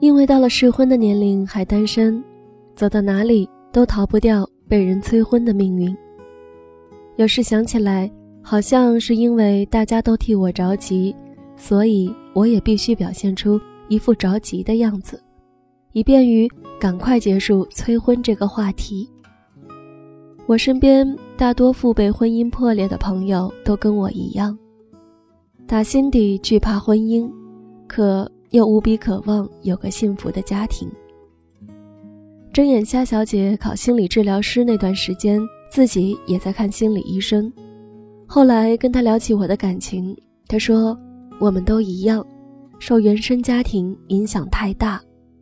因为到了适婚的年龄还单身，走到哪里都逃不掉被人催婚的命运。有时想起来，好像是因为大家都替我着急，所以我也必须表现出一副着急的样子，以便于赶快结束催婚这个话题。我身边大多父辈婚姻破裂的朋友都跟我一样，打心底惧怕婚姻，可又无比渴望有个幸福的家庭。睁眼瞎小姐考心理治疗师那段时间，自己也在看心理医生。后来跟她聊起我的感情，她说我们都一样，受原生家庭影响太大。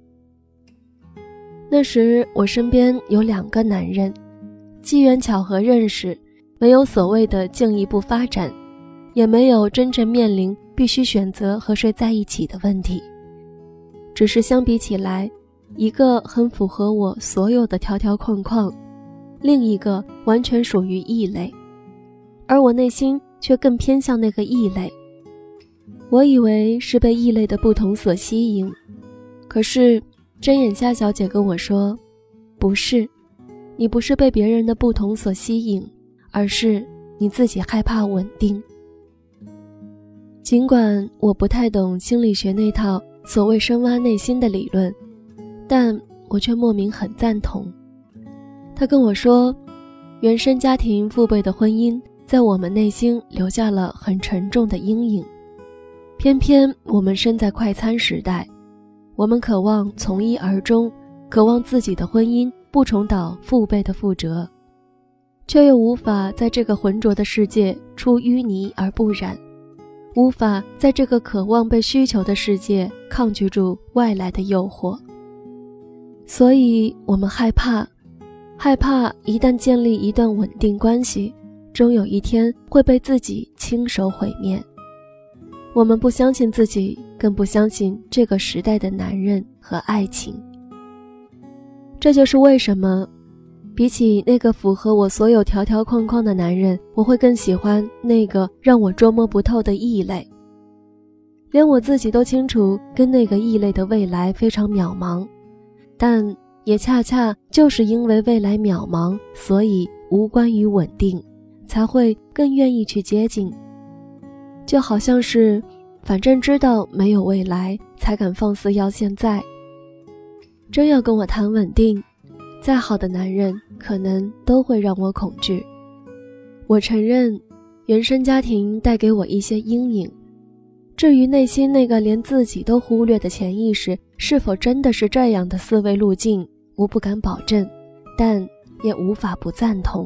那时我身边有2个男人，机缘巧合认识，没有所谓的进一步发展，也没有真正面临必须选择和谁在一起的问题。只是相比起来，一个很符合我所有的条条框框，另一个完全属于异类，而我内心却更偏向那个异类。我以为是被异类的不同所吸引，可是睁眼瞎小姐跟我说，不是，你不是被别人的不同所吸引，而是你自己害怕稳定。尽管我不太懂心理学那套所谓深挖内心的理论，但我却莫名很赞同。他跟我说，原生家庭父辈的婚姻在我们内心留下了很沉重的阴影，偏偏我们身在快餐时代，我们渴望从一而终，渴望自己的婚姻不重蹈父辈的覆辙，却又无法在这个浑浊的世界出淤泥而不染，无法在这个渴望被需求的世界抗拒住外来的诱惑。所以我们害怕一旦建立一段稳定关系，终有一天会被自己亲手毁灭。我们不相信自己，更不相信这个时代的男人和爱情。这就是为什么比起那个符合我所有条条框框的男人，我会更喜欢那个让我捉摸不透的异类。连我自己都清楚跟那个异类的未来非常渺茫，但也恰恰就是因为未来渺茫，所以无关于稳定，才会更愿意去接近。就好像是反正知道没有未来，才敢放肆要现在。真要跟我谈稳定，再好的男人可能都会让我恐惧。我承认原生家庭带给我一些阴影，至于内心那个连自己都忽略的潜意识是否真的是这样的思维路径，我不敢保证，但也无法不赞同。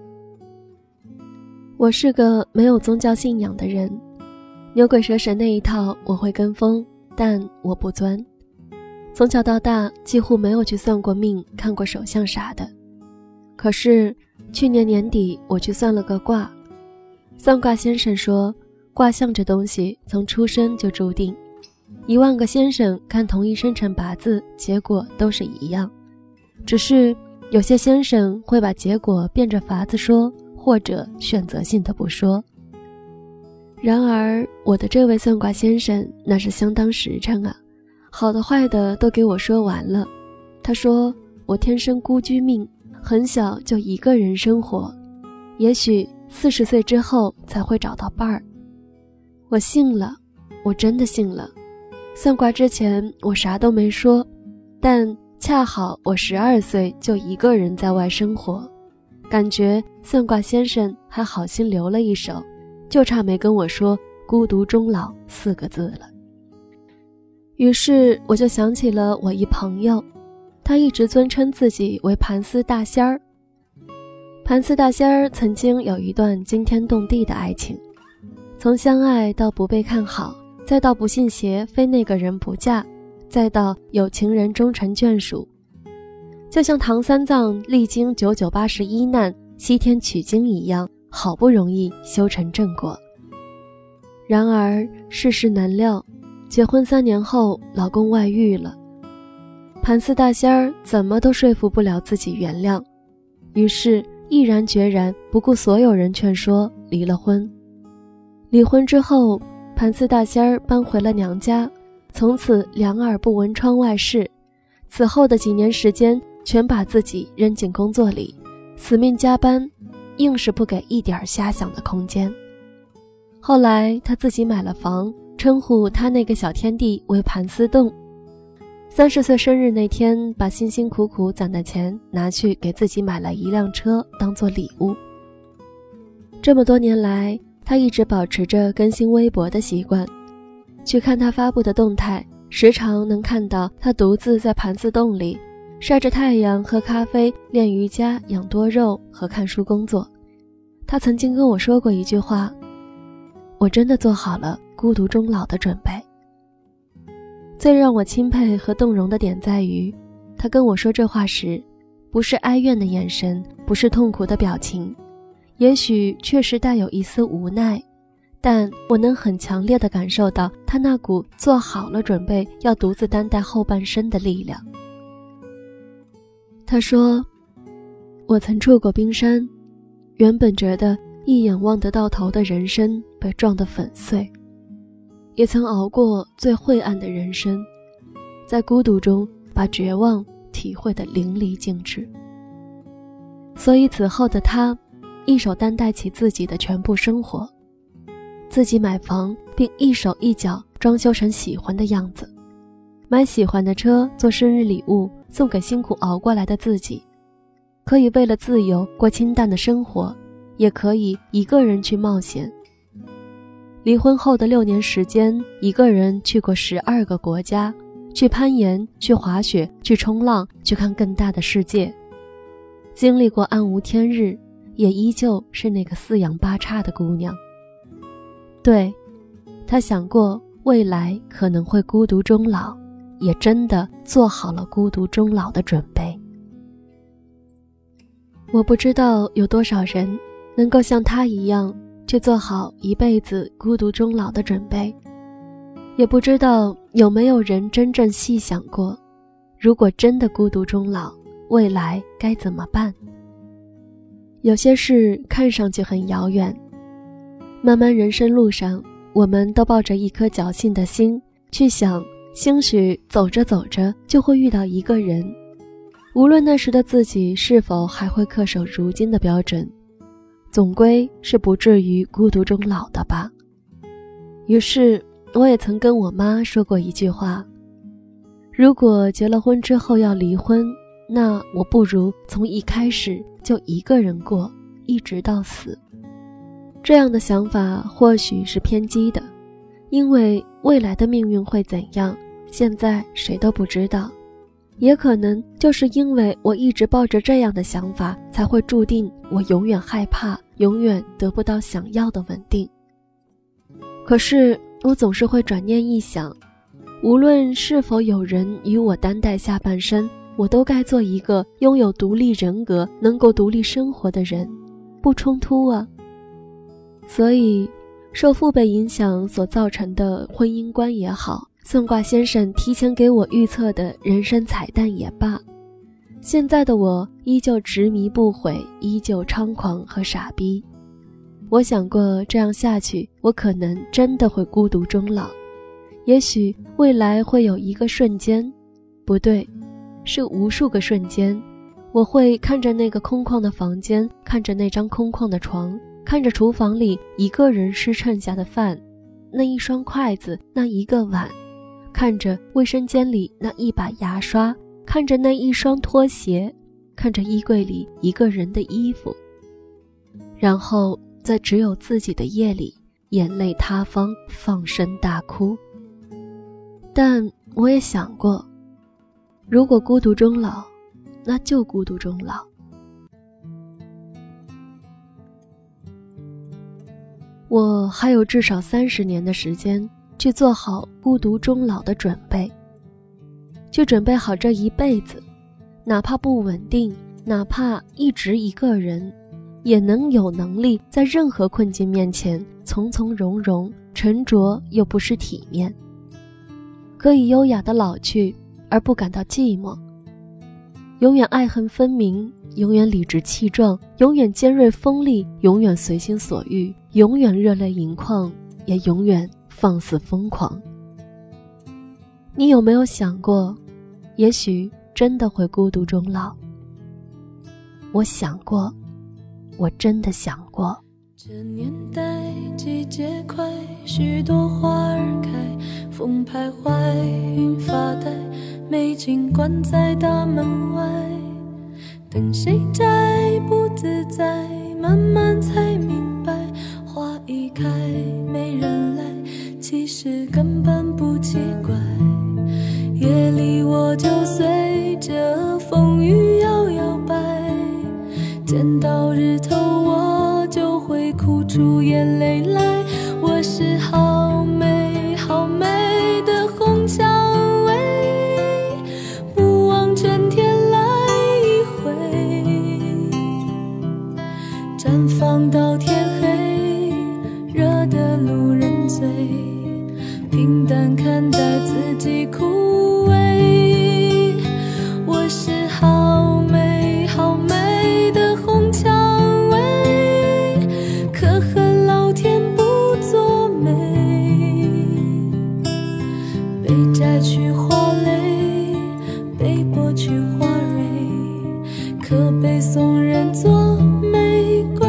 我是个没有宗教信仰的人，牛鬼蛇神那一套我会跟风，但我不钻。从小到大几乎没有去算过命，看过手相啥的。可是去年年底我去算了个卦，算卦先生说，卦象这东西从出生就注定，10000个先生看同一生辰八字，结果都是一样，只是有些先生会把结果变着法子说，或者选择性的不说。然而我的这位算卦先生那是相当实诚啊，好的坏的都给我说完了。他说我天生孤居命，很小就一个人生活，也许40岁之后才会找到伴儿。我信了，我真的信了。算卦之前我啥都没说，但恰好我12岁就一个人在外生活，感觉算卦先生还好心留了一手，就差没跟我说孤独终老4个字了。于是我就想起了我一朋友，他一直尊称自己为盘丝大仙儿。盘丝大仙儿曾经有一段惊天动地的爱情，从相爱到不被看好，再到不信邪非那个人不嫁，再到有情人终成眷属，就像唐三藏历经9981难西天取经一样，好不容易修成正果。然而世事难料，结婚3年后老公外遇了，盘丝大仙儿怎么都说服不了自己原谅，于是毅然决然不顾所有人劝说离了婚。离婚之后，盘丝大仙儿搬回了娘家， 从此两耳不闻窗外事。此后的几年时间，全把自己扔进工作里，死命加班，硬是不给一点遐想的空间。后来他自己买了房，称呼他那个小天地为盘丝洞。30岁生日那天，把辛辛苦苦攒的钱拿去给自己买了一辆车当做礼物。这么多年来，他一直保持着更新微博的习惯，去看他发布的动态，时常能看到他独自在盘丝洞里晒着太阳，喝咖啡，练瑜伽，养多肉和看书工作。他曾经跟我说过一句话：我真的做好了孤独终老的准备。最让我钦佩和动容的点在于，他跟我说这话时，不是哀怨的眼神，不是痛苦的表情，也许确实带有一丝无奈，但我能很强烈地感受到他那股做好了准备要独自担待后半生的力量。他说，我曾触过冰山，原本觉得一眼望得到头的人生被撞得粉碎，也曾熬过最晦暗的人生，在孤独中把绝望体会得淋漓尽致。所以此后的他一手担待起自己的全部生活，自己买房并一手一脚装修成喜欢的样子，买喜欢的车做生日礼物送给辛苦熬过来的自己，可以为了自由过清淡的生活，也可以一个人去冒险。离婚后的6年时间，一个人去过12个国家，去攀岩，去滑雪，去冲浪，去看更大的世界。经历过暗无天日，也依旧是那个四仰八叉的姑娘。对，她想过未来可能会孤独终老，也真的做好了孤独终老的准备。我不知道有多少人能够像她一样去做好一辈子孤独终老的准备，也不知道有没有人真正细想过，如果真的孤独终老，未来该怎么办？有些事看上去很遥远，漫漫人生路上，我们都抱着一颗侥幸的心去想，兴许走着走着就会遇到一个人，无论那时的自己是否还会恪守如今的标准，总归是不至于孤独终老的吧。于是我也曾跟我妈说过一句话，如果结了婚之后要离婚，那我不如从一开始就一个人过，一直到死。这样的想法或许是偏激的，因为未来的命运会怎样，现在谁都不知道。也可能就是因为我一直抱着这样的想法，才会注定我永远害怕，永远得不到想要的稳定。可是我总是会转念一想，无论是否有人与我担待下半生，我都该做一个拥有独立人格，能够独立生活的人，不冲突啊。所以受父辈影响所造成的婚姻观也好，算卦先生提前给我预测的人生彩蛋也罢，现在的我依旧执迷不悔，依旧猖狂和傻逼。我想过这样下去，我可能真的会孤独终老。也许未来会有一个瞬间，不对，是无数个瞬间，我会看着那个空旷的房间，看着那张空旷的床，看着厨房里一个人吃剩下的饭，那一双筷子，那一个碗，看着卫生间里那一把牙刷，看着那一双拖鞋，看着衣柜里一个人的衣服，然后在只有自己的夜里，眼泪塌方，放声大哭。但我也想过，如果孤独终老，那就孤独终老。我还有至少30年的时间去做好孤独终老的准备，去准备好这一辈子，哪怕不稳定，哪怕一直一个人，也能有能力在任何困境面前从从容容，沉着又不失体面，可以优雅地老去而不感到寂寞，永远爱恨分明，永远理直气壮，永远尖锐锋利，永远随心所欲，永远热泪盈眶，也永远放肆疯狂。 你有没有想过，也许真的会孤独终老？我想过，我真的想过。 这年代季节快，许多花儿开，风徘徊，云发呆，美景关在大门外，等谁摘不自在，慢慢才明白，花一开没人来，其实根本不奇怪。夜里我就随着风雨摇摇摆，见到日头我就会哭出眼泪来。我是好美好美的红蔷薇，不枉春天来一回，绽放到天黑，惹得路人醉，平淡看待自己枯萎。我是好美好美的红蔷薇，可恨老天不作美，被摘去花蕾，被剥去花蕊，可被送人作玫瑰。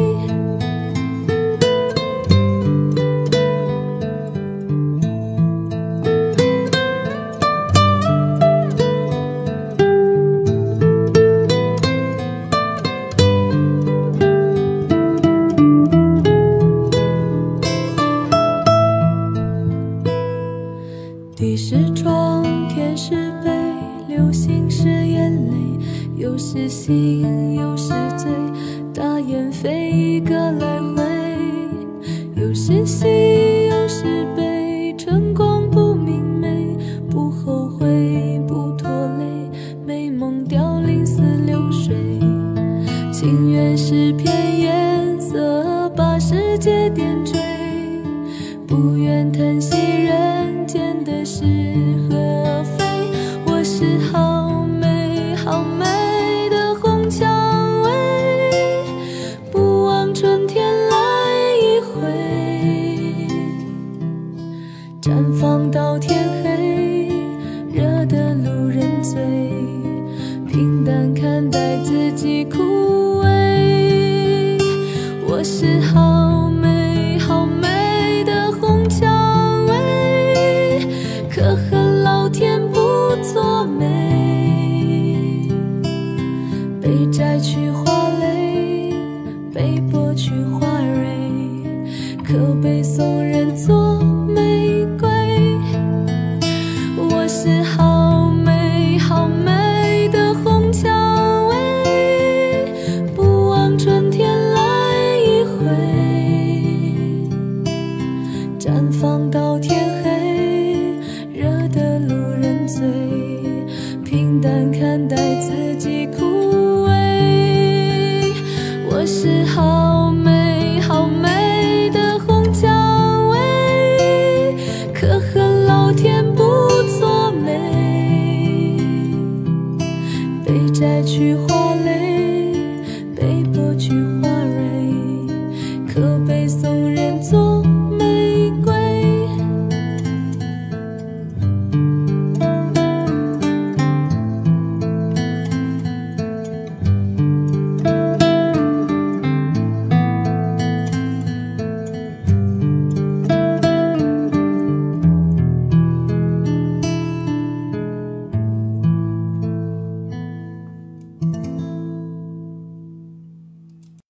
地是窗，天是杯，流星是眼泪，有时醒，有时醉，大雁飞一个来回，有时喜，有时悲，春光不明媚，不后悔，不拖累，美梦凋零似流水，情缘是片颜色，把世界点缀，不愿叹息人间的是和非。我是好美好美的红蔷薇，不枉春天来一回，绽放到天黑，惹得路人醉，平淡看待自己枯萎。我是好美好美的红蔷薇，可恨老天不作美，被摘去花蕾，被剥去花蕊，可被送人作美。